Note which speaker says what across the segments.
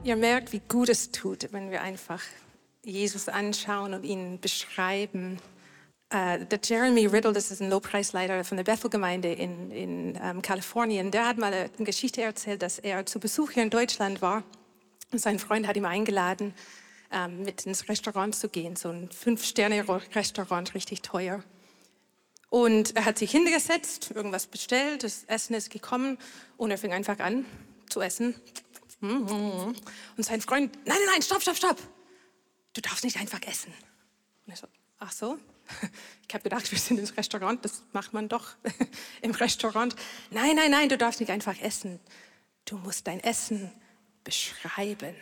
Speaker 1: Ihr merkt, wie gut es tut, wenn wir einfach Jesus anschauen und ihn beschreiben. Der Jeremy Riddle, das ist ein Lobpreisleiter von der Bethel-Gemeinde in Kalifornien, der hat mal eine Geschichte erzählt, dass er zu Besuch hier in Deutschland war und sein Freund hat ihn eingeladen, mit ins Restaurant zu gehen, so ein 5-Sterne-Restaurant, richtig teuer. Und er hat sich hingesetzt, irgendwas bestellt, das Essen ist gekommen und er fing einfach an zu essen. Und sein Freund, nein, stopp. Du darfst nicht einfach essen. Und er so, ach so? Ich habe gedacht, wir sind ins Restaurant, das macht man doch im Restaurant. Nein, du darfst nicht einfach essen. Du musst dein Essen beschreiben.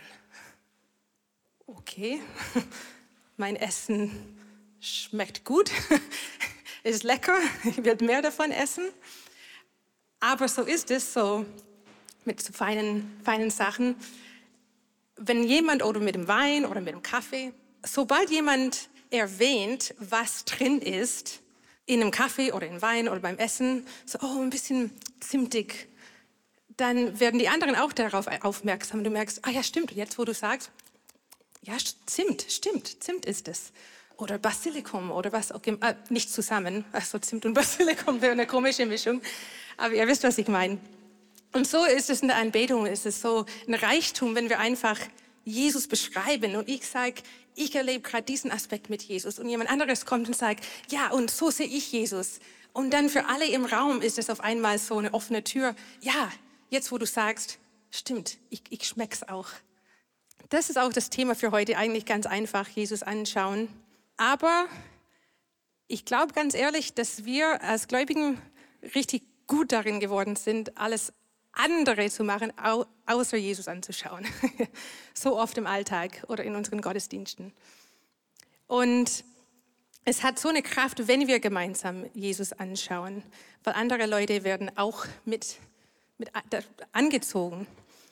Speaker 1: Okay, mein Essen schmeckt gut, ist lecker, ich will mehr davon essen. Aber so ist es, so mit so feinen Sachen. Wenn jemand, oder mit dem Wein oder mit dem Kaffee, sobald jemand erwähnt, was drin ist, in einem Kaffee oder in Wein oder beim Essen, so, oh, ein bisschen zimtig, dann werden die anderen auch darauf aufmerksam. Du merkst, ah ja, stimmt, jetzt wo du sagst, ja, Zimt ist es. Oder Basilikum oder was auch immer, nicht zusammen, also Zimt und Basilikum wäre eine komische Mischung, aber ihr wisst, was ich meine. Und so ist es in der Anbetung, ist es so ein Reichtum, wenn wir einfach Jesus beschreiben und ich sage, ich erlebe gerade diesen Aspekt mit Jesus und jemand anderes kommt und sagt, ja, und so sehe ich Jesus. Und dann für alle im Raum ist es auf einmal so eine offene Tür. Ja, jetzt wo du sagst, stimmt, ich schmeck's auch. Das ist auch das Thema für heute, eigentlich ganz einfach, Jesus anschauen. Aber ich glaube ganz ehrlich, dass wir als Gläubigen richtig gut darin geworden sind, alles andere zu machen, außer Jesus anzuschauen. So oft im Alltag oder in unseren Gottesdiensten. Und es hat so eine Kraft, wenn wir gemeinsam Jesus anschauen, weil andere Leute werden auch mit angezogen.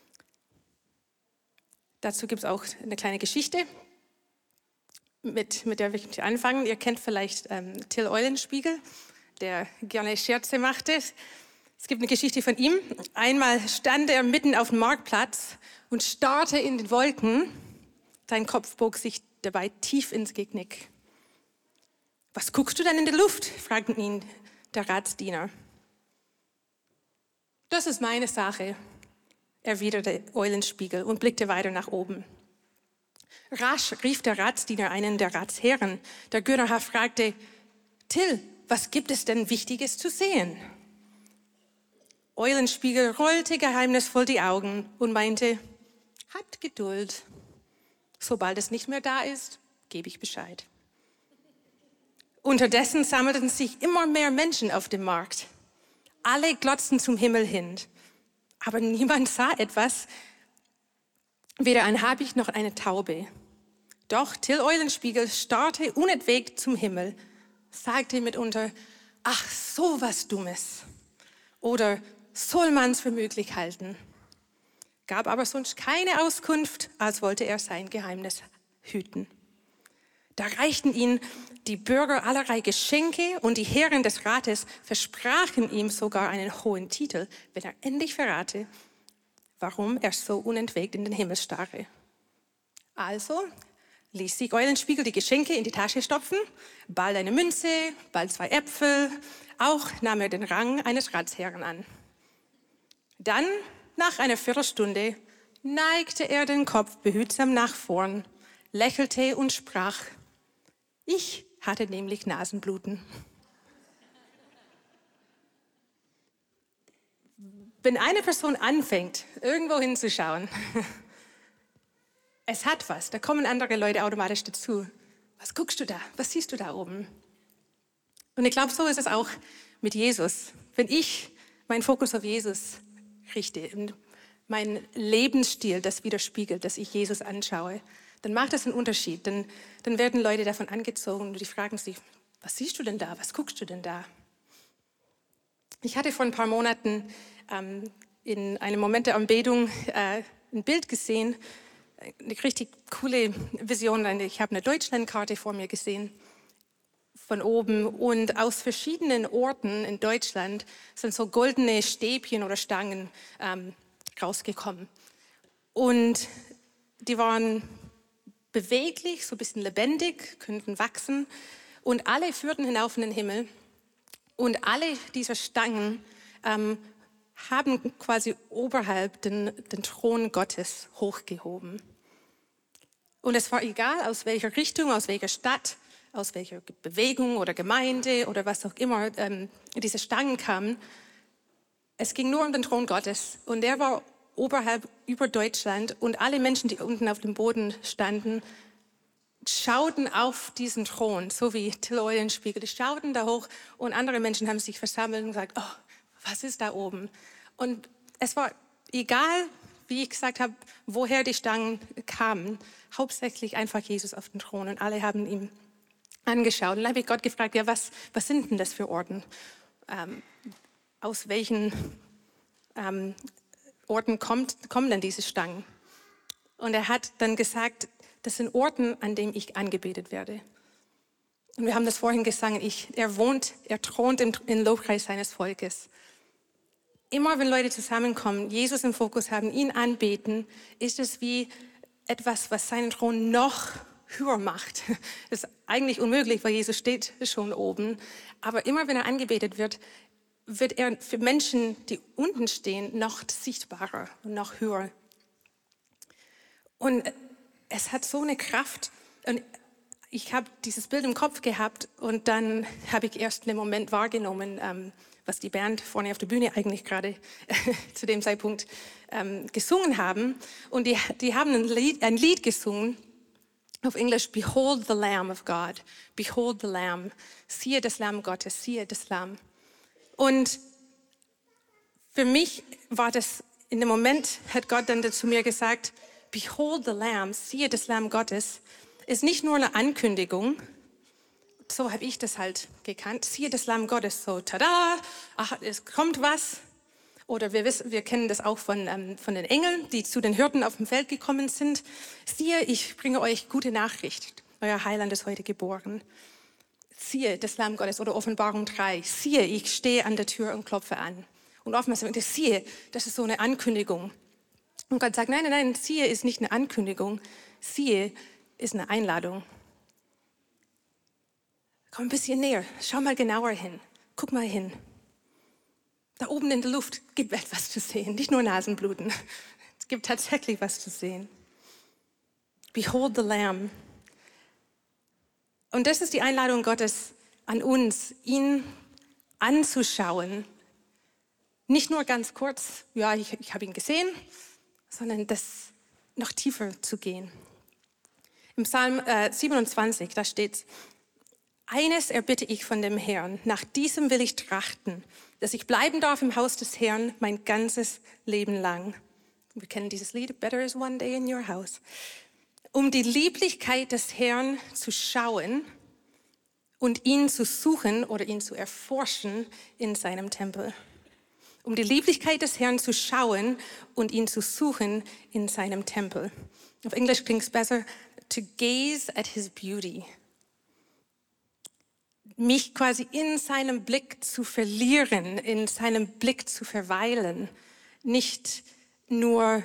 Speaker 1: Dazu gibt es auch eine kleine Geschichte, mit der wir anfangen. Ihr kennt vielleicht Till Eulenspiegel, der gerne Scherze machte. Es gibt eine Geschichte von ihm. Einmal stand er mitten auf dem Marktplatz und starrte in den Wolken. Sein Kopf bog sich dabei tief ins Genick. Was guckst du denn in der Luft? Fragten ihn der Ratsdiener. Das ist meine Sache, erwiderte Eulenspiegel und blickte weiter nach oben. Rasch rief der Ratsdiener einen der Ratsherren. Der Gönnerhaar fragte, Till, was gibt es denn Wichtiges zu sehen? Eulenspiegel rollte geheimnisvoll die Augen und meinte, hat Geduld. Sobald es nicht mehr da ist, gebe ich Bescheid. Unterdessen sammelten sich immer mehr Menschen auf dem Markt. Alle glotzten zum Himmel hin. Aber niemand sah etwas, weder ein Habicht noch eine Taube. Doch Till Eulenspiegel starrte unentwegt zum Himmel, sagte mitunter, ach, so was Dummes. Oder soll man's für möglich halten. Gab aber sonst keine Auskunft, als wollte er sein Geheimnis hüten. Da reichten ihm die Bürger allerlei Geschenke und die Herren des Rates versprachen ihm sogar einen hohen Titel, wenn er endlich verrate, warum er so unentwegt in den Himmel starre. Also ließ sich Eulenspiegel die Geschenke in die Tasche stopfen, bald eine Münze, bald 2 Äpfel, auch nahm er den Rang eines Ratsherren an. Dann, nach einer Viertelstunde, neigte er den Kopf behutsam nach vorn, lächelte und sprach, ich hatte nämlich Nasenbluten. Wenn eine Person anfängt, irgendwo hinzuschauen, es hat was, da kommen andere Leute automatisch dazu. Was guckst du da? Was siehst du da oben? Und ich glaube, so ist es auch mit Jesus. Wenn ich meinen Fokus auf Jesus richte und mein Lebensstil das widerspiegelt, dass ich Jesus anschaue, dann macht das einen Unterschied. Dann werden Leute davon angezogen und die fragen sich, was siehst du denn da? Was guckst du denn da? Ich hatte vor ein paar Monaten in einem Moment der Anbetung ein Bild gesehen, eine richtig coole Vision. Ich habe eine Deutschlandkarte vor mir gesehen, von oben. Und aus verschiedenen Orten in Deutschland sind so goldene Stäbchen oder Stangen rausgekommen. Und die waren beweglich, so ein bisschen lebendig, könnten wachsen und alle führten hinauf in den Himmel. Und alle dieser Stangen haben quasi oberhalb den Thron Gottes hochgehoben. Und es war egal, aus welcher Richtung, aus welcher Stadt, aus welcher Bewegung oder Gemeinde oder was auch immer diese Stangen kamen. Es ging nur um den Thron Gottes und der war oberhalb über Deutschland und alle Menschen, die unten auf dem Boden standen, schauten auf diesen Thron, so wie Till Eulenspiegel. Die schauten da hoch und andere Menschen haben sich versammelt und gesagt, oh, was ist da oben? Und es war egal, wie ich gesagt habe, woher die Stangen kamen, hauptsächlich einfach Jesus auf dem Thron und alle haben ihn angeschaut. Und dann habe ich Gott gefragt, ja, was sind denn das für Orten? Aus welchen Orten kommen denn diese Stangen? Und er hat dann gesagt, das sind Orten, an denen ich angebetet werde. Und wir haben das vorhin gesungen, er thront im Lobpreis seines Volkes. Immer wenn Leute zusammenkommen, Jesus im Fokus haben, ihn anbeten, ist es wie etwas, was seinen Thron noch höher macht. Das ist eigentlich unmöglich, weil Jesus steht schon oben. Aber immer wenn er angebetet wird, wird er für Menschen, die unten stehen, noch sichtbarer und noch höher. Und es hat so eine Kraft. Und ich habe dieses Bild im Kopf gehabt und dann habe ich erst einen Moment wahrgenommen, was die Band vorne auf der Bühne eigentlich gerade zu dem Zeitpunkt gesungen haben. Und die haben ein Lied gesungen, auf Englisch, Behold the Lamb of God. Behold the Lamb. Siehe das Lamm Gottes, siehe das Lamm. Und für mich war das, in dem Moment hat Gott dann zu mir gesagt, Behold the Lamb, siehe das Lamm Gottes, ist nicht nur eine Ankündigung, so habe ich das halt gekannt, siehe das Lamm Gottes, so tada, ach, es kommt was. Oder wir kennen das auch von den Engeln, die zu den Hirten auf dem Feld gekommen sind. Siehe, ich bringe euch gute Nachricht, euer Heiland ist heute geboren. Siehe, das Lamm Gottes, oder Offenbarung 3, siehe, ich stehe an der Tür und klopfe an. Und oftmals sagt man, siehe, das ist so eine Ankündigung. Und Gott sagt, nein, siehe ist nicht eine Ankündigung, siehe ist eine Einladung. Komm ein bisschen näher, schau mal genauer hin, guck mal hin. Da oben in der Luft gibt es etwas zu sehen, nicht nur Nasenbluten. Es gibt tatsächlich was zu sehen. Behold the Lamb. Und das ist die Einladung Gottes an uns, ihn anzuschauen. Nicht nur ganz kurz, ja, ich habe ihn gesehen, sondern das noch tiefer zu gehen. Im Psalm 27, da steht: Eines erbitte ich von dem Herrn, nach diesem will ich trachten, dass ich bleiben darf im Haus des Herrn mein ganzes Leben lang. Wir kennen dieses Lied, Better is one day in your house. Um die Lieblichkeit des Herrn zu schauen und ihn zu suchen oder ihn zu erforschen in seinem Tempel. Um die Lieblichkeit des Herrn zu schauen und ihn zu suchen in seinem Tempel. Auf Englisch klingt es besser, to gaze at his beauty. Mich quasi in seinem Blick zu verlieren, in seinem Blick zu verweilen. Nicht nur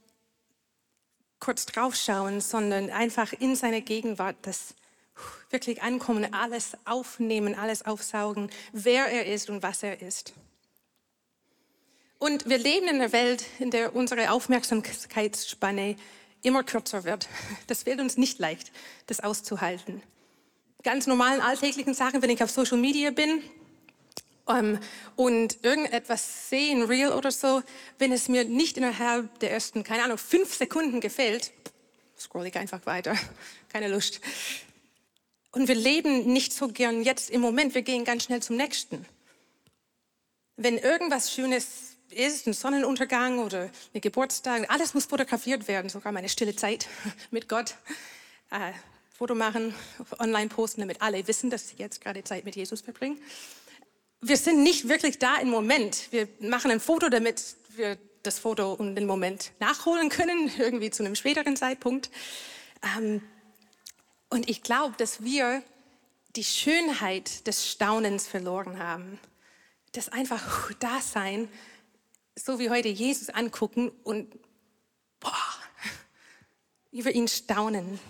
Speaker 1: kurz draufschauen, sondern einfach in seiner Gegenwart das wirklich ankommen, alles aufnehmen, alles aufsaugen, wer er ist und was er ist. Und wir leben in einer Welt, in der unsere Aufmerksamkeitsspanne immer kürzer wird. Das fällt uns nicht leicht, das auszuhalten. Ganz normalen alltäglichen Sachen, wenn ich auf Social Media bin und irgendetwas sehe, ein Reel oder so, wenn es mir nicht innerhalb der ersten, 5 Sekunden gefällt, scroll ich einfach weiter, keine Lust. Und wir leben nicht so gern jetzt im Moment, wir gehen ganz schnell zum Nächsten. Wenn irgendwas Schönes ist, ein Sonnenuntergang oder ein Geburtstag, alles muss fotografiert werden, sogar meine stille Zeit mit Gott. Foto machen, online posten, damit alle wissen, dass ich jetzt gerade Zeit mit Jesus verbringe. Wir sind nicht wirklich da im Moment. Wir machen ein Foto, damit wir das Foto und den Moment nachholen können, irgendwie zu einem späteren Zeitpunkt. Und ich glaube, dass wir die Schönheit des Staunens verloren haben. Das einfach da sein, so wie heute Jesus angucken und boah, über ihn staunen.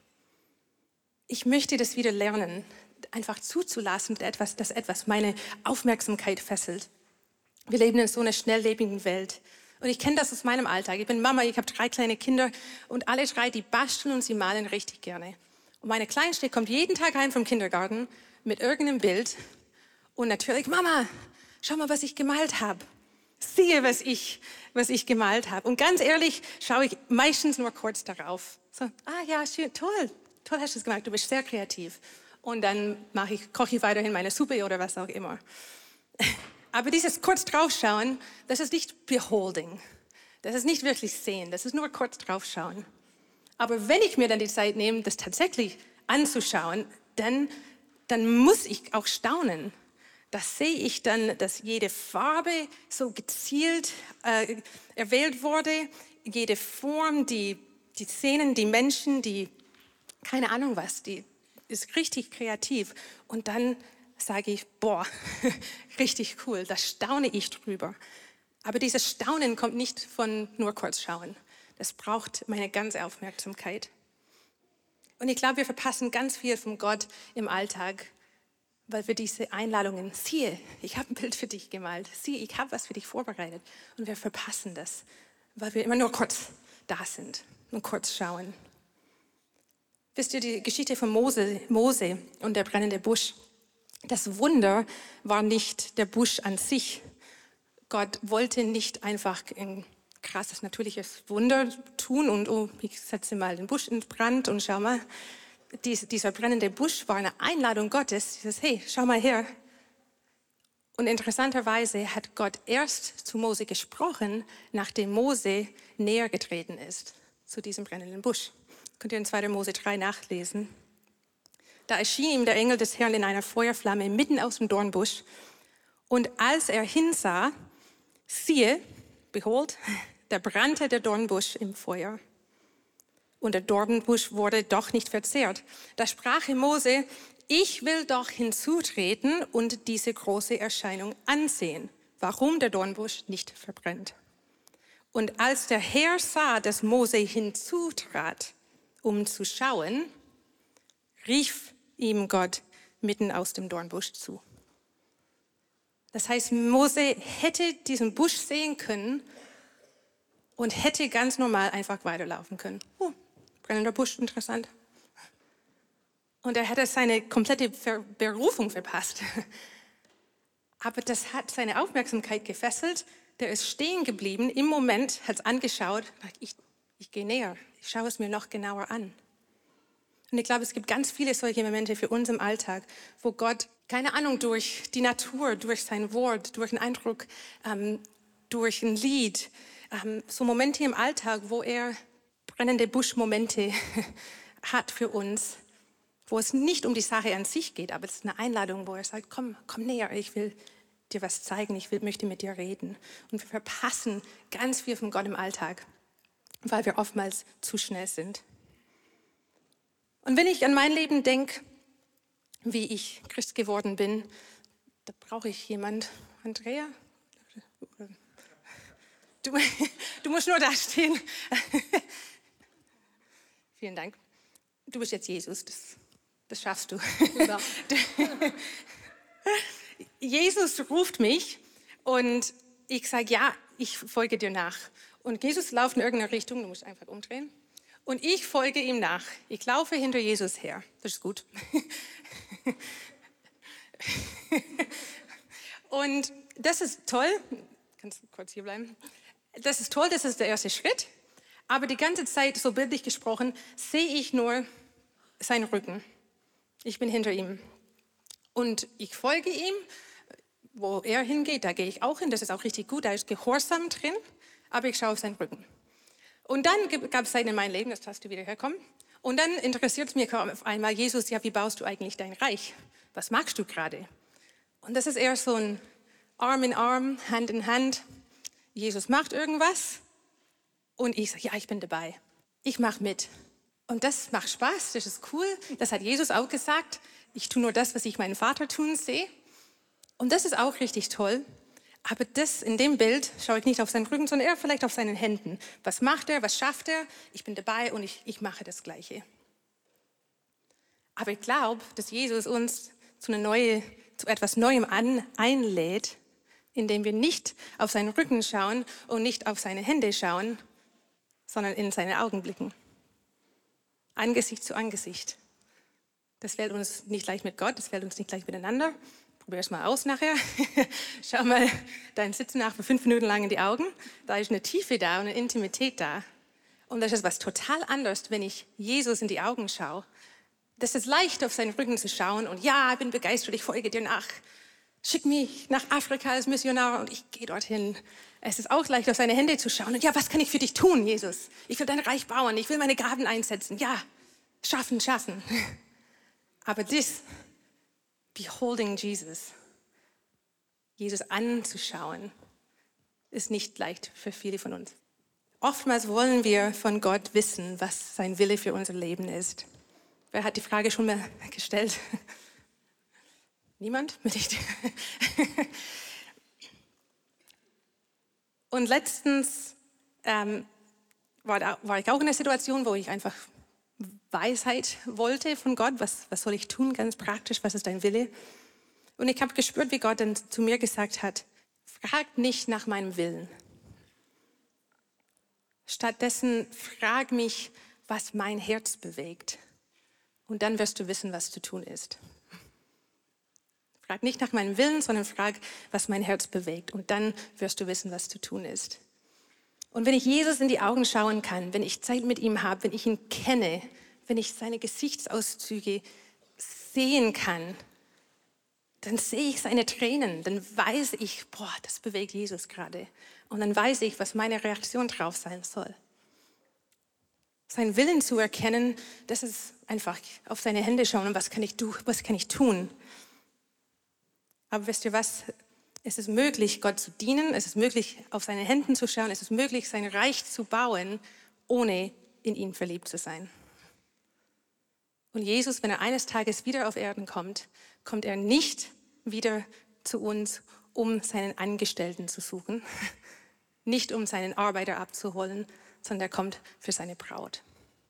Speaker 1: Ich möchte das wieder lernen, einfach zuzulassen, dass etwas meine Aufmerksamkeit fesselt. Wir leben in so einer schnelllebigen Welt. Und ich kenne das aus meinem Alltag. Ich bin Mama, ich habe 3 kleine Kinder und alle 3, die basteln und sie malen richtig gerne. Und meine Kleinste kommt jeden Tag heim vom Kindergarten mit irgendeinem Bild. Und natürlich, Mama, schau mal, was ich gemalt habe. Siehe, was ich gemalt habe. Und ganz ehrlich, schaue ich meistens nur kurz darauf. So, ja, schön, toll hast du es gemacht, du bist sehr kreativ. Und dann koche ich weiterhin meine Suppe oder was auch immer. Aber dieses kurz draufschauen, das ist nicht beholding. Das ist nicht wirklich sehen, das ist nur kurz draufschauen. Aber wenn ich mir dann die Zeit nehme, das tatsächlich anzuschauen, dann muss ich auch staunen. Da sehe ich dann, dass jede Farbe so gezielt erwählt wurde, jede Form, die Szenen, die Menschen, die keine Ahnung was, die ist richtig kreativ. Und dann sage ich, boah, richtig cool, da staune ich drüber. Aber dieses Staunen kommt nicht von nur kurz schauen. Das braucht meine ganze Aufmerksamkeit. Und ich glaube, wir verpassen ganz viel von Gott im Alltag, weil wir diese Einladungen, siehe, ich habe ein Bild für dich gemalt, siehe, ich habe was für dich vorbereitet. Und wir verpassen das, weil wir immer nur kurz da sind und kurz schauen. Wisst ihr, die Geschichte von Mose und der brennende Busch? Das Wunder war nicht der Busch an sich. Gott wollte nicht einfach ein krasses, natürliches Wunder tun und ich setze mal den Busch in Brand und schau mal. Dieser brennende Busch war eine Einladung Gottes. Dieses, hey, schau mal her. Und interessanterweise hat Gott erst zu Mose gesprochen, nachdem Mose näher getreten ist zu diesem brennenden Busch. Könnt ihr in 2. Mose 3 nachlesen. Da erschien ihm der Engel des Herrn in einer Feuerflamme mitten aus dem Dornbusch. Und als er hinsah, siehe, behold, da brannte der Dornbusch im Feuer. Und der Dornbusch wurde doch nicht verzehrt. Da sprach Mose, ich will doch hinzutreten und diese große Erscheinung ansehen, warum der Dornbusch nicht verbrennt. Und als der Herr sah, dass Mose hinzutrat, um zu schauen, rief ihm Gott mitten aus dem Dornbusch zu. Das heißt, Mose hätte diesen Busch sehen können und hätte ganz normal einfach weiterlaufen können. Brennender Busch, interessant. Und er hätte seine komplette Berufung verpasst. Aber das hat seine Aufmerksamkeit gefesselt. Der ist stehen geblieben, im Moment, hat es angeschaut. Ich gehe näher, ich schaue es mir noch genauer an. Und ich glaube, es gibt ganz viele solche Momente für uns im Alltag, wo Gott, keine Ahnung, durch die Natur, durch sein Wort, durch einen Eindruck, durch ein Lied, so Momente im Alltag, wo er brennende Buschmomente hat für uns, wo es nicht um die Sache an sich geht, aber es ist eine Einladung, wo er sagt, komm näher, ich will dir was zeigen, möchte mit dir reden. Und wir verpassen ganz viel von Gott im Alltag, weil wir oftmals zu schnell sind. Und wenn ich an mein Leben denke, wie ich Christ geworden bin, da brauche ich jemand. Andrea? Du musst nur da stehen. Vielen Dank. Du bist jetzt Jesus, das schaffst du. Ja. Jesus ruft mich und ich sage, ja, ich folge dir nach. Und Jesus läuft in irgendeine Richtung, du musst einfach umdrehen. Und ich folge ihm nach. Ich laufe hinter Jesus her. Das ist gut. Und das ist toll. Kannst du kurz hier bleiben? Das ist toll, das ist der erste Schritt. Aber die ganze Zeit, so bildlich gesprochen, sehe ich nur seinen Rücken. Ich bin hinter ihm. Und ich folge ihm. Wo er hingeht, da gehe ich auch hin. Das ist auch richtig gut. Da ist Gehorsam drin. Aber ich schaue auf seinen Rücken. Und dann gab es Zeiten in meinem Leben, das darfst du wieder herkommen. Und dann interessiert es mich auf einmal, Jesus, ja, wie baust du eigentlich dein Reich? Was magst du gerade? Und das ist eher so ein Arm in Arm, Hand in Hand. Jesus macht irgendwas und ich sage, ja, ich bin dabei. Ich mache mit. Und das macht Spaß, das ist cool. Das hat Jesus auch gesagt. Ich tue nur das, was ich meinen Vater tun sehe. Und das ist auch richtig toll. Aber in dem Bild schaue ich nicht auf seinen Rücken, sondern eher vielleicht auf seinen Händen. Was macht er, was schafft er? Ich bin dabei und ich mache das Gleiche. Aber ich glaube, dass Jesus uns zu etwas Neuem einlädt, indem wir nicht auf seinen Rücken schauen und nicht auf seine Hände schauen, sondern in seine Augen blicken. Angesicht zu Angesicht. Das fällt uns nicht leicht mit Gott, das fällt uns nicht leicht miteinander. Probier es mal aus nachher. Schau mal dein Sitzen nach für 5 Minuten lang in die Augen. Da ist eine Tiefe da und eine Intimität da. Und das ist was total anderes, wenn ich Jesus in die Augen schaue. Das ist leicht, auf seinen Rücken zu schauen und ja, ich bin begeistert, ich folge dir nach. Schick mich nach Afrika als Missionar und ich gehe dorthin. Es ist auch leicht, auf seine Hände zu schauen und ja, was kann ich für dich tun, Jesus? Ich will dein Reich bauen, ich will meine Gaben einsetzen. Ja, schaffen. Aber beholding Jesus anzuschauen, ist nicht leicht für viele von uns. Oftmals wollen wir von Gott wissen, was sein Wille für unser Leben ist. Wer hat die Frage schon mal gestellt? Niemand? Nicht. Und letztens war ich auch in einer Situation, wo ich einfach Weisheit wollte von Gott. Was soll ich tun, ganz praktisch, was ist dein Wille? Und ich habe gespürt, wie Gott dann zu mir gesagt hat, frag nicht nach meinem Willen. Stattdessen frag mich, was mein Herz bewegt. Und dann wirst du wissen, was zu tun ist. Frag nicht nach meinem Willen, sondern frag, was mein Herz bewegt. Und dann wirst du wissen, was zu tun ist. Und wenn ich Jesus in die Augen schauen kann, wenn ich Zeit mit ihm habe, wenn ich ihn kenne, wenn ich seine Gesichtsauszüge sehen kann, dann sehe ich seine Tränen, dann weiß ich, das bewegt Jesus gerade. Und dann weiß ich, was meine Reaktion drauf sein soll. Seinen Willen zu erkennen, das ist einfach auf seine Hände schauen und was kann ich tun. Aber wisst ihr was? Es ist möglich, Gott zu dienen, es ist möglich, auf seine Hände zu schauen, es ist möglich, sein Reich zu bauen, ohne in ihn verliebt zu sein. Und Jesus, wenn er eines Tages wieder auf Erden kommt, kommt er nicht wieder zu uns, um seinen Angestellten zu suchen, nicht um seinen Arbeiter abzuholen, sondern er kommt für seine Braut.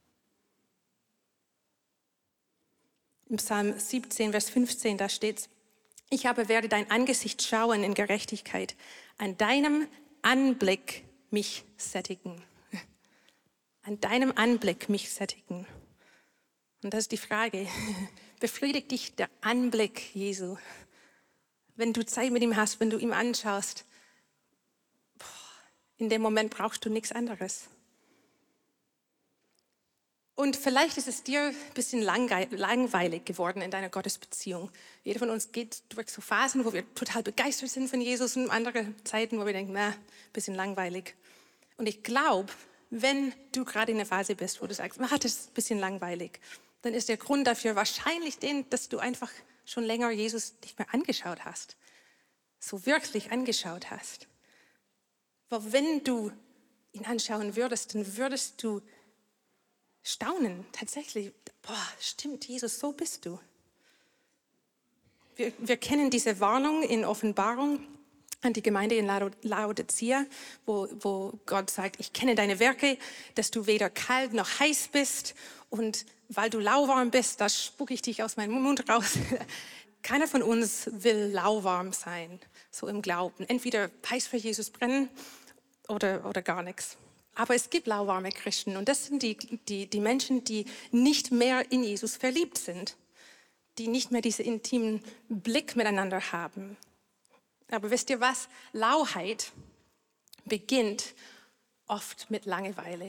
Speaker 1: Im Psalm 17, Vers 15, da steht: Ich aber werde dein Angesicht schauen in Gerechtigkeit, an deinem Anblick mich sättigen. An deinem Anblick mich sättigen. Und das ist die Frage, befriedigt dich der Anblick Jesu? Wenn du Zeit mit ihm hast, wenn du ihm anschaust, in dem Moment brauchst du nichts anderes. Und vielleicht ist es dir ein bisschen langweilig geworden in deiner Gottesbeziehung. Jeder von uns geht durch so Phasen, wo wir total begeistert sind von Jesus und andere Zeiten, wo wir denken, ein bisschen langweilig. Und ich glaube, wenn du gerade in einer Phase bist, wo du sagst, das ist ein bisschen langweilig, dann ist der Grund dafür wahrscheinlich dass du einfach schon länger Jesus nicht mehr angeschaut hast. So wirklich angeschaut hast. Aber wenn du ihn anschauen würdest, dann würdest du staunen, tatsächlich. Stimmt, Jesus, so bist du. Wir kennen diese Warnung in Offenbarung an die Gemeinde in Laodicea, wo Gott sagt, ich kenne deine Werke, dass du weder kalt noch heiß bist und weil du lauwarm bist, da spucke ich dich aus meinem Mund raus. Keiner von uns will lauwarm sein, so im Glauben. Entweder heiß für Jesus brennen oder gar nichts. Aber es gibt lauwarme Christen und das sind die Menschen, die nicht mehr in Jesus verliebt sind, die nicht mehr diesen intimen Blick miteinander haben. Aber wisst ihr was? Lauheit beginnt oft mit Langeweile.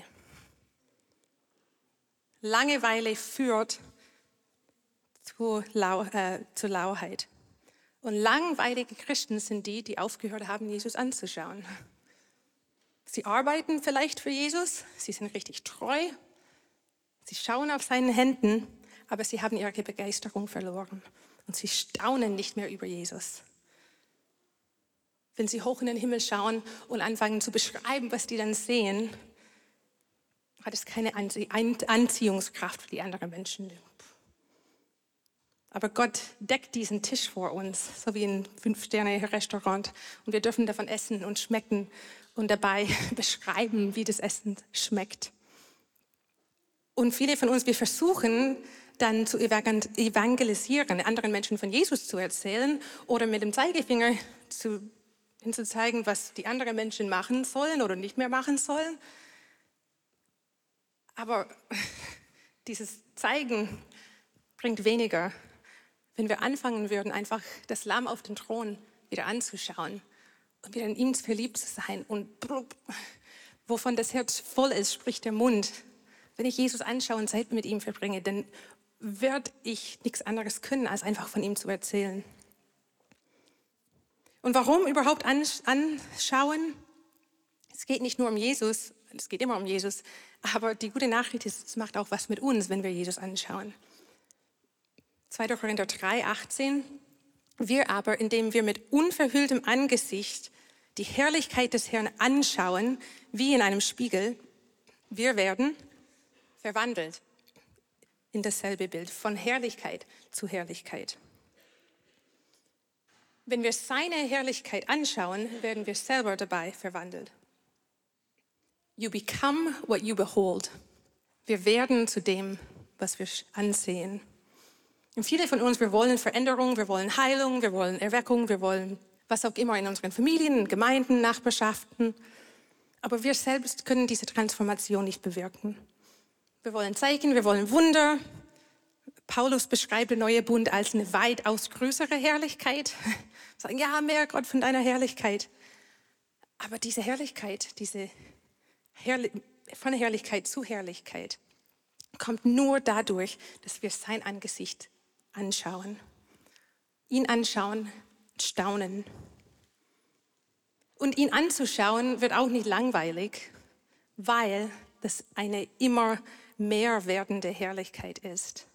Speaker 1: Langeweile führt zur Lauheit. Und langweilige Christen sind die aufgehört haben, Jesus anzuschauen. Sie arbeiten vielleicht für Jesus, sie sind richtig treu, sie schauen auf seinen Händen, aber sie haben ihre Begeisterung verloren und sie staunen nicht mehr über Jesus. Wenn sie hoch in den Himmel schauen und anfangen zu beschreiben, was die dann sehen, hat es keine Anziehungskraft für die anderen Menschen. Aber Gott deckt diesen Tisch vor uns, so wie ein 5-Sterne-Restaurant. Und wir dürfen davon essen und schmecken und dabei beschreiben, wie das Essen schmeckt. Und viele von uns, wir versuchen dann zu evangelisieren, anderen Menschen von Jesus zu erzählen oder mit dem Zeigefinger hinzuzeigen, was die anderen Menschen machen sollen oder nicht mehr machen sollen. Aber dieses Zeigen bringt weniger, wenn wir anfangen würden, einfach das Lamm auf dem Thron wieder anzuschauen und wieder in ihm verliebt zu sein. Und wovon das Herz voll ist, spricht der Mund. Wenn ich Jesus anschaue und Zeit mit ihm verbringe, dann werde ich nichts anderes können, als einfach von ihm zu erzählen. Und warum überhaupt anschauen? Es geht nicht nur um Jesus, es geht immer um Jesus, aber die gute Nachricht ist, es macht auch was mit uns, wenn wir Jesus anschauen. 2. Korinther 3,18. Wir aber, indem wir mit unverhülltem Angesicht die Herrlichkeit des Herrn anschauen, wie in einem Spiegel, wir werden verwandelt in dasselbe Bild, von Herrlichkeit zu Herrlichkeit. Wenn wir seine Herrlichkeit anschauen, werden wir selber dabei verwandelt. You become what you behold. Wir werden zu dem, was wir ansehen. Und viele von uns, wir wollen Veränderung, wir wollen Heilung, wir wollen Erweckung, wir wollen was auch immer in unseren Familien, Gemeinden, Nachbarschaften. Aber wir selbst können diese Transformation nicht bewirken. Wir wollen Zeichen, wir wollen Wunder. Paulus beschreibt den neuen Bund als eine weitaus größere Herrlichkeit. Sagen, ja, mehr Gott von deiner Herrlichkeit. Aber diese Herrlichkeit, von Herrlichkeit zu Herrlichkeit, kommt nur dadurch, dass wir sein Angesicht anschauen. Ihn anschauen, staunen. Und ihn anzuschauen wird auch nicht langweilig, weil das eine immer mehr werdende Herrlichkeit ist.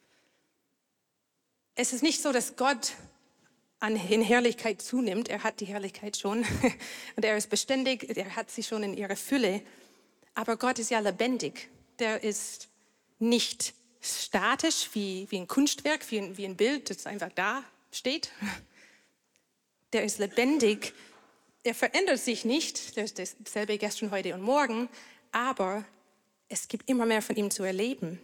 Speaker 1: Es ist nicht so, dass Gott in Herrlichkeit zunimmt. Er hat die Herrlichkeit schon und er ist beständig, er hat sie schon in ihrer Fülle. Aber Gott ist ja lebendig. Der ist nicht statisch wie ein Kunstwerk, wie ein Bild, das einfach da steht. Der ist lebendig. Er verändert sich nicht. Der ist dasselbe gestern, heute und morgen. Aber es gibt immer mehr von ihm zu erleben.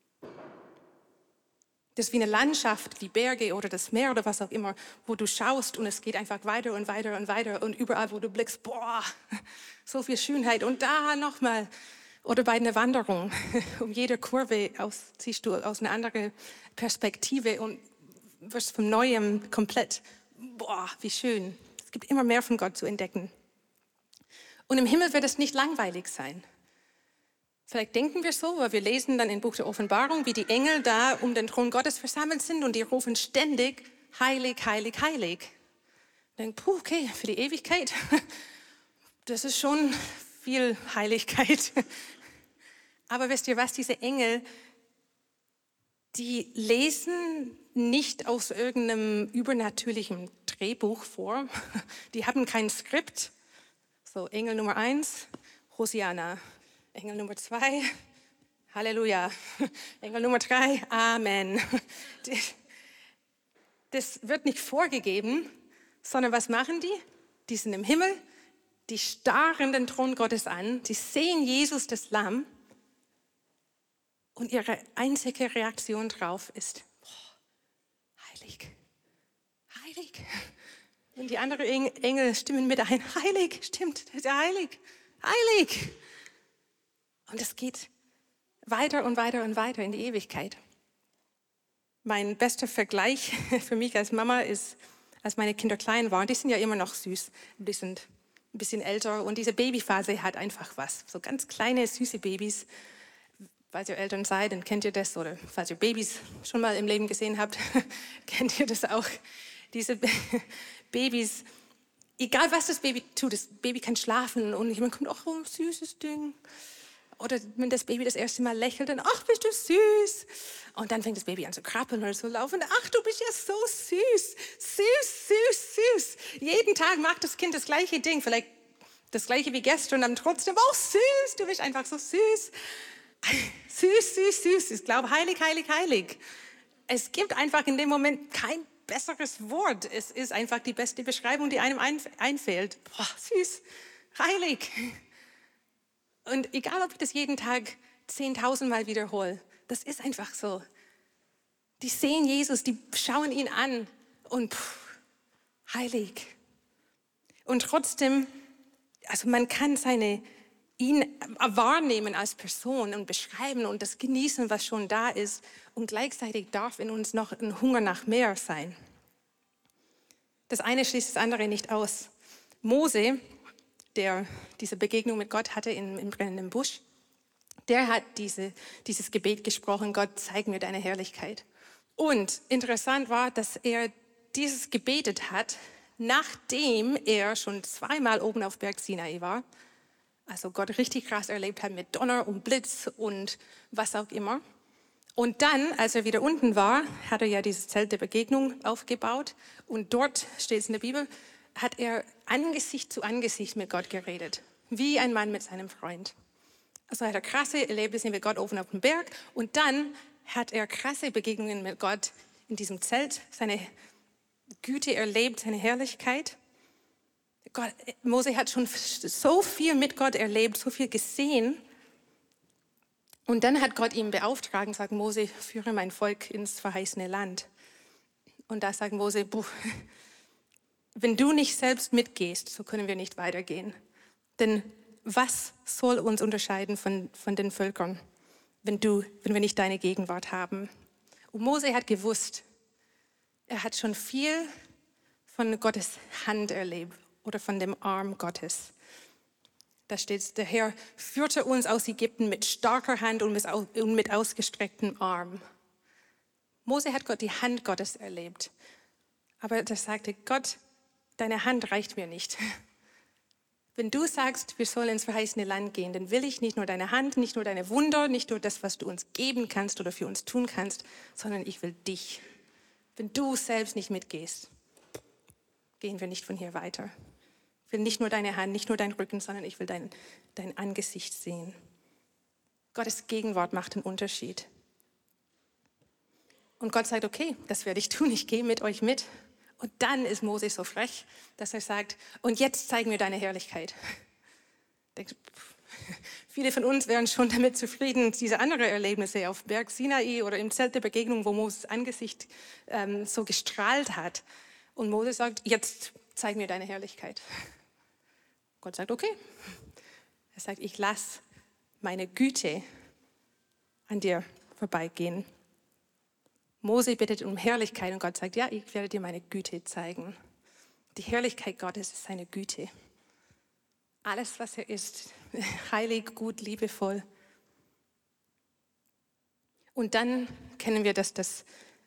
Speaker 1: Das ist wie eine Landschaft, wie Berge oder das Meer oder was auch immer, wo du schaust und es geht einfach weiter und weiter und weiter und überall, wo du blickst, boah, so viel Schönheit und da nochmal. Oder bei einer Wanderung, um jede Kurve siehst du aus einer anderen Perspektive und wirst von Neuem komplett, boah, wie schön. Es gibt immer mehr von Gott zu entdecken. Und im Himmel wird es nicht langweilig sein. Vielleicht denken wir so, weil wir lesen dann im Buch der Offenbarung, wie die Engel da um den Thron Gottes versammelt sind und die rufen ständig, heilig, heilig, heilig. Denken, okay, für die Ewigkeit, das ist schon viel Heiligkeit. Aber wisst ihr was, diese Engel, die lesen nicht aus irgendeinem übernatürlichen Drehbuch vor. Die haben kein Skript. So, Engel Nummer 1, Hosianna. Engel Nummer 2, Halleluja. Engel Nummer 3, Amen. Das wird nicht vorgegeben, sondern was machen die? Die sind im Himmel, die starren den Thron Gottes an, die sehen Jesus, das Lamm, und ihre einzige Reaktion drauf ist, heilig, heilig. Und die anderen Engel stimmen mit ein, heilig, stimmt, heilig, heilig. Und es geht weiter und weiter und weiter in die Ewigkeit. Mein bester Vergleich für mich als Mama ist, als meine Kinder klein waren, die sind ja immer noch süß, die sind ein bisschen älter und diese Babyphase hat einfach was. So ganz kleine, süße Babys. Falls ihr Eltern seid, dann kennt ihr das, oder falls ihr Babys schon mal im Leben gesehen habt, kennt ihr das auch. Diese Babys, egal was das Baby tut, das Baby kann schlafen und jemand kommt, ach, oh, süßes Ding. Oder wenn das Baby das erste Mal lächelt, dann, ach, bist du süß. Und dann fängt das Baby an zu krabbeln oder zu laufen. Ach, du bist ja so süß. Süß, süß, süß. Jeden Tag macht das Kind das gleiche Ding. Vielleicht das gleiche wie gestern und dann trotzdem, oh, süß, du bist einfach so süß. Süß, süß, süß. Ich glaube, heilig, heilig, heilig. Es gibt einfach in dem Moment kein besseres Wort. Es ist einfach die beste Beschreibung, die einem einfällt. Boah, süß, heilig. Und egal, ob ich das jeden Tag 10.000 Mal wiederhole, das ist einfach so. Die sehen Jesus, die schauen ihn an und heilig. Und trotzdem, also man kann ihn wahrnehmen als Person und beschreiben und das genießen, was schon da ist. Und gleichzeitig darf in uns noch ein Hunger nach mehr sein. Das eine schließt das andere nicht aus. Mose, der diese Begegnung mit Gott hatte im brennenden Busch, der hat dieses Gebet gesprochen: Gott, zeig mir deine Herrlichkeit. Und interessant war, dass er dieses gebetet hat, nachdem er schon zweimal oben auf Berg Sinai war. Also Gott richtig krass erlebt hat mit Donner und Blitz und was auch immer. Und dann, als er wieder unten war, hat er ja dieses Zelt der Begegnung aufgebaut. Und dort, steht es in der Bibel, hat er Angesicht zu Angesicht mit Gott geredet. Wie ein Mann mit seinem Freund. Also hat er krasse Erlebnisse mit Gott oben auf dem Berg. Und dann hat er krasse Begegnungen mit Gott in diesem Zelt. Seine Güte erlebt, seine Herrlichkeit. Mose hat schon so viel mit Gott erlebt, so viel gesehen. Und dann hat Gott ihn beauftragt und sagt: Mose, führe mein Volk ins verheißene Land. Und da sagt Mose: wenn du nicht selbst mitgehst, so können wir nicht weitergehen. Denn was soll uns unterscheiden von den Völkern, wenn wir nicht deine Gegenwart haben? Und Mose hat gewusst, er hat schon viel von Gottes Hand erlebt oder von dem Arm Gottes. Da steht, der Herr führte uns aus Ägypten mit starker Hand und mit ausgestrecktem Arm. Mose hat die Hand Gottes erlebt. Aber er sagte: Gott, deine Hand reicht mir nicht. Wenn du sagst, wir sollen ins verheißene Land gehen, dann will ich nicht nur deine Hand, nicht nur deine Wunder, nicht nur das, was du uns geben kannst oder für uns tun kannst, sondern ich will dich. Wenn du selbst nicht mitgehst, gehen wir nicht von hier weiter. Ich will nicht nur deine Hand, nicht nur deinen Rücken, sondern ich will dein Angesicht sehen. Gottes Gegenwart macht den Unterschied. Und Gott sagt: okay, das werde ich tun, ich gehe mit euch mit. Und dann ist Mose so frech, dass er sagt: und jetzt zeig mir deine Herrlichkeit. Viele von uns wären schon damit zufrieden, diese anderen Erlebnisse auf Berg Sinai oder im Zelt der Begegnung, wo Moses Angesicht so gestrahlt hat. Und Mose sagt: jetzt zeig mir deine Herrlichkeit. Gott sagt: okay. Er sagt: ich lasse meine Güte an dir vorbeigehen. Mose bittet um Herrlichkeit und Gott sagt: ja, ich werde dir meine Güte zeigen. Die Herrlichkeit Gottes ist seine Güte. Alles, was er ist, heilig, gut, liebevoll. Und dann kennen wir, dass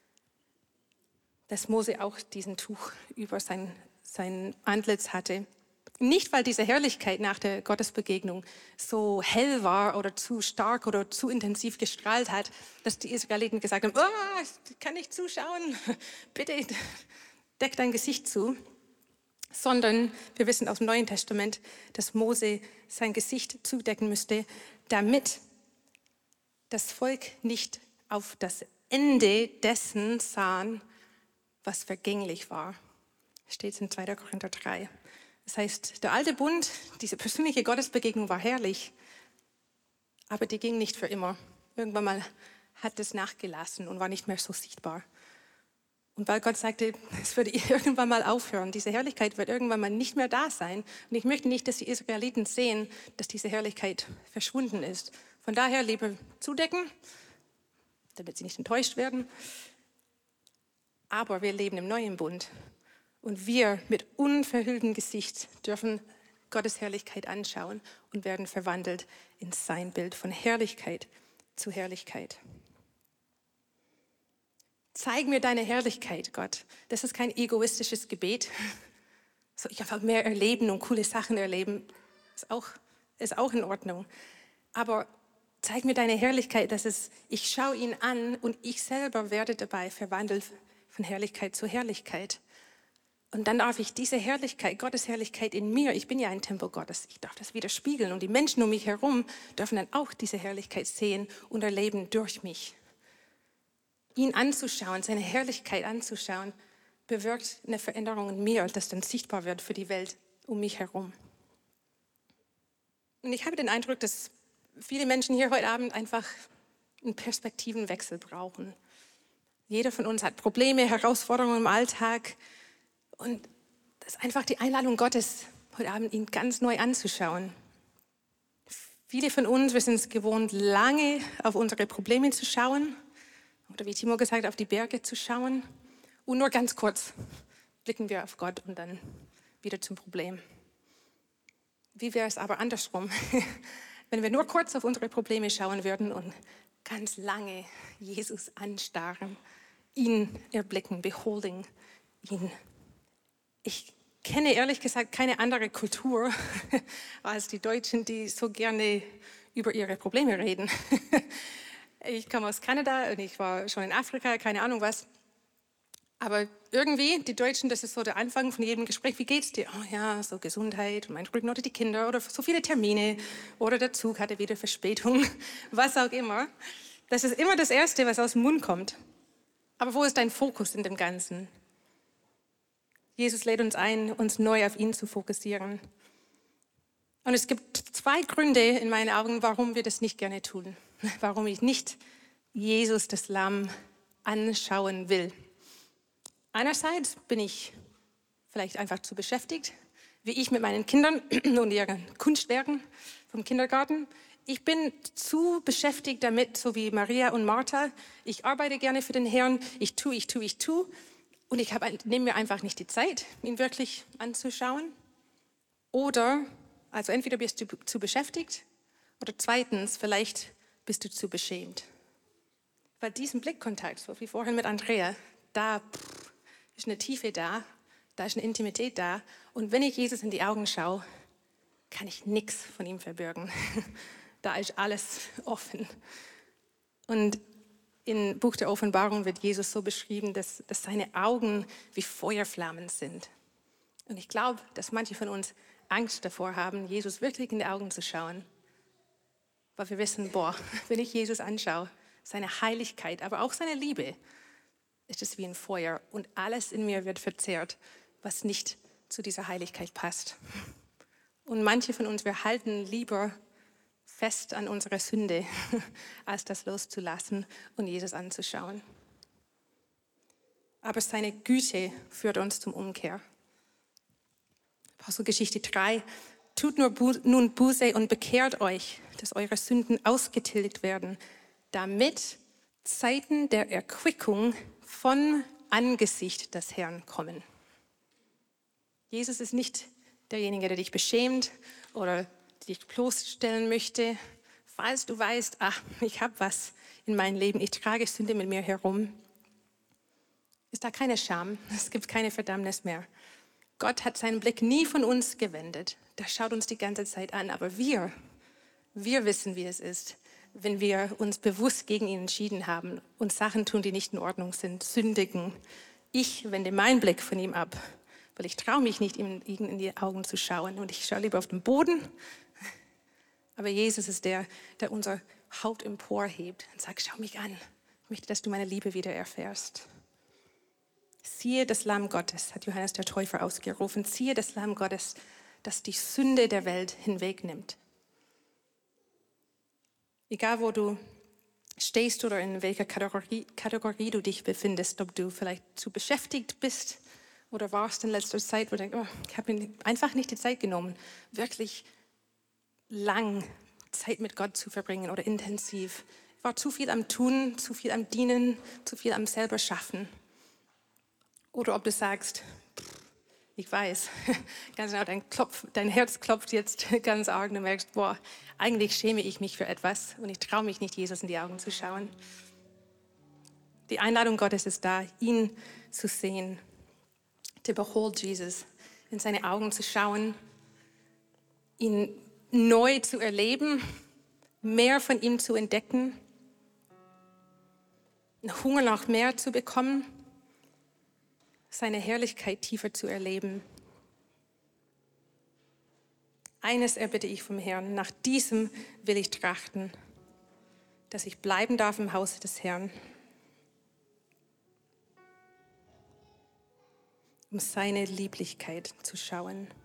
Speaker 1: Mose auch diesen Tuch über sein Antlitz hatte. Nicht, weil diese Herrlichkeit nach der Gottesbegegnung so hell war oder zu stark oder zu intensiv gestrahlt hat, dass die Israeliten gesagt haben: oh, ich kann nicht zuschauen, bitte deck dein Gesicht zu. Sondern wir wissen aus dem Neuen Testament, dass Mose sein Gesicht zudecken müsste, damit das Volk nicht auf das Ende dessen sahen, was vergänglich war. Steht in 2. Korinther 3. Das heißt, der alte Bund, diese persönliche Gottesbegegnung war herrlich, aber die ging nicht für immer. Irgendwann mal hat es nachgelassen und war nicht mehr so sichtbar. Und weil Gott sagte, es würde irgendwann mal aufhören, diese Herrlichkeit wird irgendwann mal nicht mehr da sein. Und ich möchte nicht, dass die Israeliten sehen, dass diese Herrlichkeit verschwunden ist. Von daher lieber zudecken, damit sie nicht enttäuscht werden. Aber wir leben im neuen Bund. Und wir mit unverhülltem Gesicht dürfen Gottes Herrlichkeit anschauen und werden verwandelt in sein Bild von Herrlichkeit zu Herrlichkeit. Zeig mir deine Herrlichkeit, Gott. Das ist kein egoistisches Gebet. So, ich einfach mehr erleben und coole Sachen erleben, ist auch in Ordnung. Aber zeig mir deine Herrlichkeit, ich schaue ihn an und ich selber werde dabei verwandelt von Herrlichkeit zu Herrlichkeit. Und dann darf ich diese Herrlichkeit, Gottes Herrlichkeit in mir, ich bin ja ein Tempel Gottes, ich darf das widerspiegeln und die Menschen um mich herum dürfen dann auch diese Herrlichkeit sehen und erleben durch mich. ihn anzuschauen, seine Herrlichkeit anzuschauen, bewirkt eine Veränderung in mir, das dann sichtbar wird für die Welt um mich herum. Und ich habe den Eindruck, dass viele Menschen hier heute Abend einfach einen Perspektivenwechsel brauchen. Jeder von uns hat Probleme, Herausforderungen im Alltag. Und das ist einfach die Einladung Gottes, heute Abend ihn ganz neu anzuschauen. Viele von uns, wir sind es gewohnt, lange auf unsere Probleme zu schauen. Oder wie Timo gesagt hat, auf die Berge zu schauen. Und nur ganz kurz blicken wir auf Gott und dann wieder zum Problem. Wie wäre es aber andersrum, wenn wir nur kurz auf unsere Probleme schauen würden und ganz lange Jesus anstarren, ihn erblicken, beholding ihn. Ich kenne ehrlich gesagt keine andere Kultur als die Deutschen, die so gerne über ihre Probleme reden. Ich komme aus Kanada und ich war schon in Afrika, keine Ahnung was. Aber irgendwie, die Deutschen, das ist so der Anfang von jedem Gespräch. Wie geht's dir? Oh ja, so Gesundheit, mein Rücken oder die Kinder oder so viele Termine oder der Zug hatte wieder Verspätung, was auch immer. Das ist immer das Erste, was aus dem Mund kommt. Aber wo ist dein Fokus in dem Ganzen? Jesus lädt uns ein, uns neu auf ihn zu fokussieren. Und es gibt 2 Gründe in meinen Augen, warum wir das nicht gerne tun. Warum ich nicht Jesus, das Lamm, anschauen will. Einerseits bin ich vielleicht einfach zu beschäftigt, wie ich mit meinen Kindern und ihren Kunstwerken vom Kindergarten. Ich bin zu beschäftigt damit, so wie Maria und Martha. Ich arbeite gerne für den Herrn, ich tue. Und ich nehme mir einfach nicht die Zeit, ihn wirklich anzuschauen. Oder, also entweder bist du zu beschäftigt oder zweitens, vielleicht bist du zu beschämt. Weil diesen Blickkontakt, so wie vorhin mit Andrea, da ist eine Tiefe da ist eine Intimität da. Und wenn ich Jesus in die Augen schaue, kann ich nichts von ihm verbirgen. Da ist alles offen. Und im Buch der Offenbarung wird Jesus so beschrieben, dass seine Augen wie Feuerflammen sind. Und ich glaube, dass manche von uns Angst davor haben, Jesus wirklich in die Augen zu schauen. Weil wir wissen, wenn ich Jesus anschaue, seine Heiligkeit, aber auch seine Liebe, ist es wie ein Feuer und alles in mir wird verzehrt, was nicht zu dieser Heiligkeit passt. Und manche von uns, wir halten lieber fest an unserer Sünde, als das loszulassen und Jesus anzuschauen. Aber seine Güte führt uns zum Umkehr. Apostelgeschichte 3, tut nun Buße und bekehrt euch, dass eure Sünden ausgetilgt werden, damit Zeiten der Erquickung von Angesicht des Herrn kommen. Jesus ist nicht derjenige, der dich beschämt oder dich bloßstellen möchte. Falls du weißt, ich habe was in meinem Leben, ich trage Sünde mit mir herum, ist da keine Scham, es gibt keine Verdammnis mehr. Gott hat seinen Blick nie von uns gewendet. Der schaut uns die ganze Zeit an, aber wir wissen, wie es ist, wenn wir uns bewusst gegen ihn entschieden haben und Sachen tun, die nicht in Ordnung sind, sündigen. Ich wende meinen Blick von ihm ab, weil ich traue mich nicht, ihm in die Augen zu schauen und ich schaue lieber auf den Boden. Aber Jesus ist der unser Haupt emporhebt und sagt, schau mich an, ich möchte, dass du meine Liebe wieder erfährst. Siehe das Lamm Gottes, hat Johannes der Täufer ausgerufen, siehe das Lamm Gottes, das die Sünde der Welt hinwegnimmt. Egal, wo du stehst oder in welcher Kategorie du dich befindest, ob du vielleicht zu beschäftigt bist oder warst in letzter Zeit, wo du denkst, ich habe mir einfach nicht die Zeit genommen, wirklich lang Zeit mit Gott zu verbringen oder intensiv. Ich war zu viel am Tun, zu viel am Dienen, zu viel am selber Schaffen. Oder ob du sagst, ich weiß, ganz genau, dein Herz klopft jetzt ganz arg und du merkst, eigentlich schäme ich mich für etwas und ich traue mich nicht, Jesus in die Augen zu schauen. Die Einladung Gottes ist da, ihn zu sehen, to behold Jesus, in seine Augen zu schauen, ihn neu zu erleben, mehr von ihm zu entdecken, einen Hunger nach mehr zu bekommen, seine Herrlichkeit tiefer zu erleben. Eines erbitte ich vom Herrn, nach diesem will ich trachten, dass ich bleiben darf im Hause des Herrn, um seine Lieblichkeit zu schauen.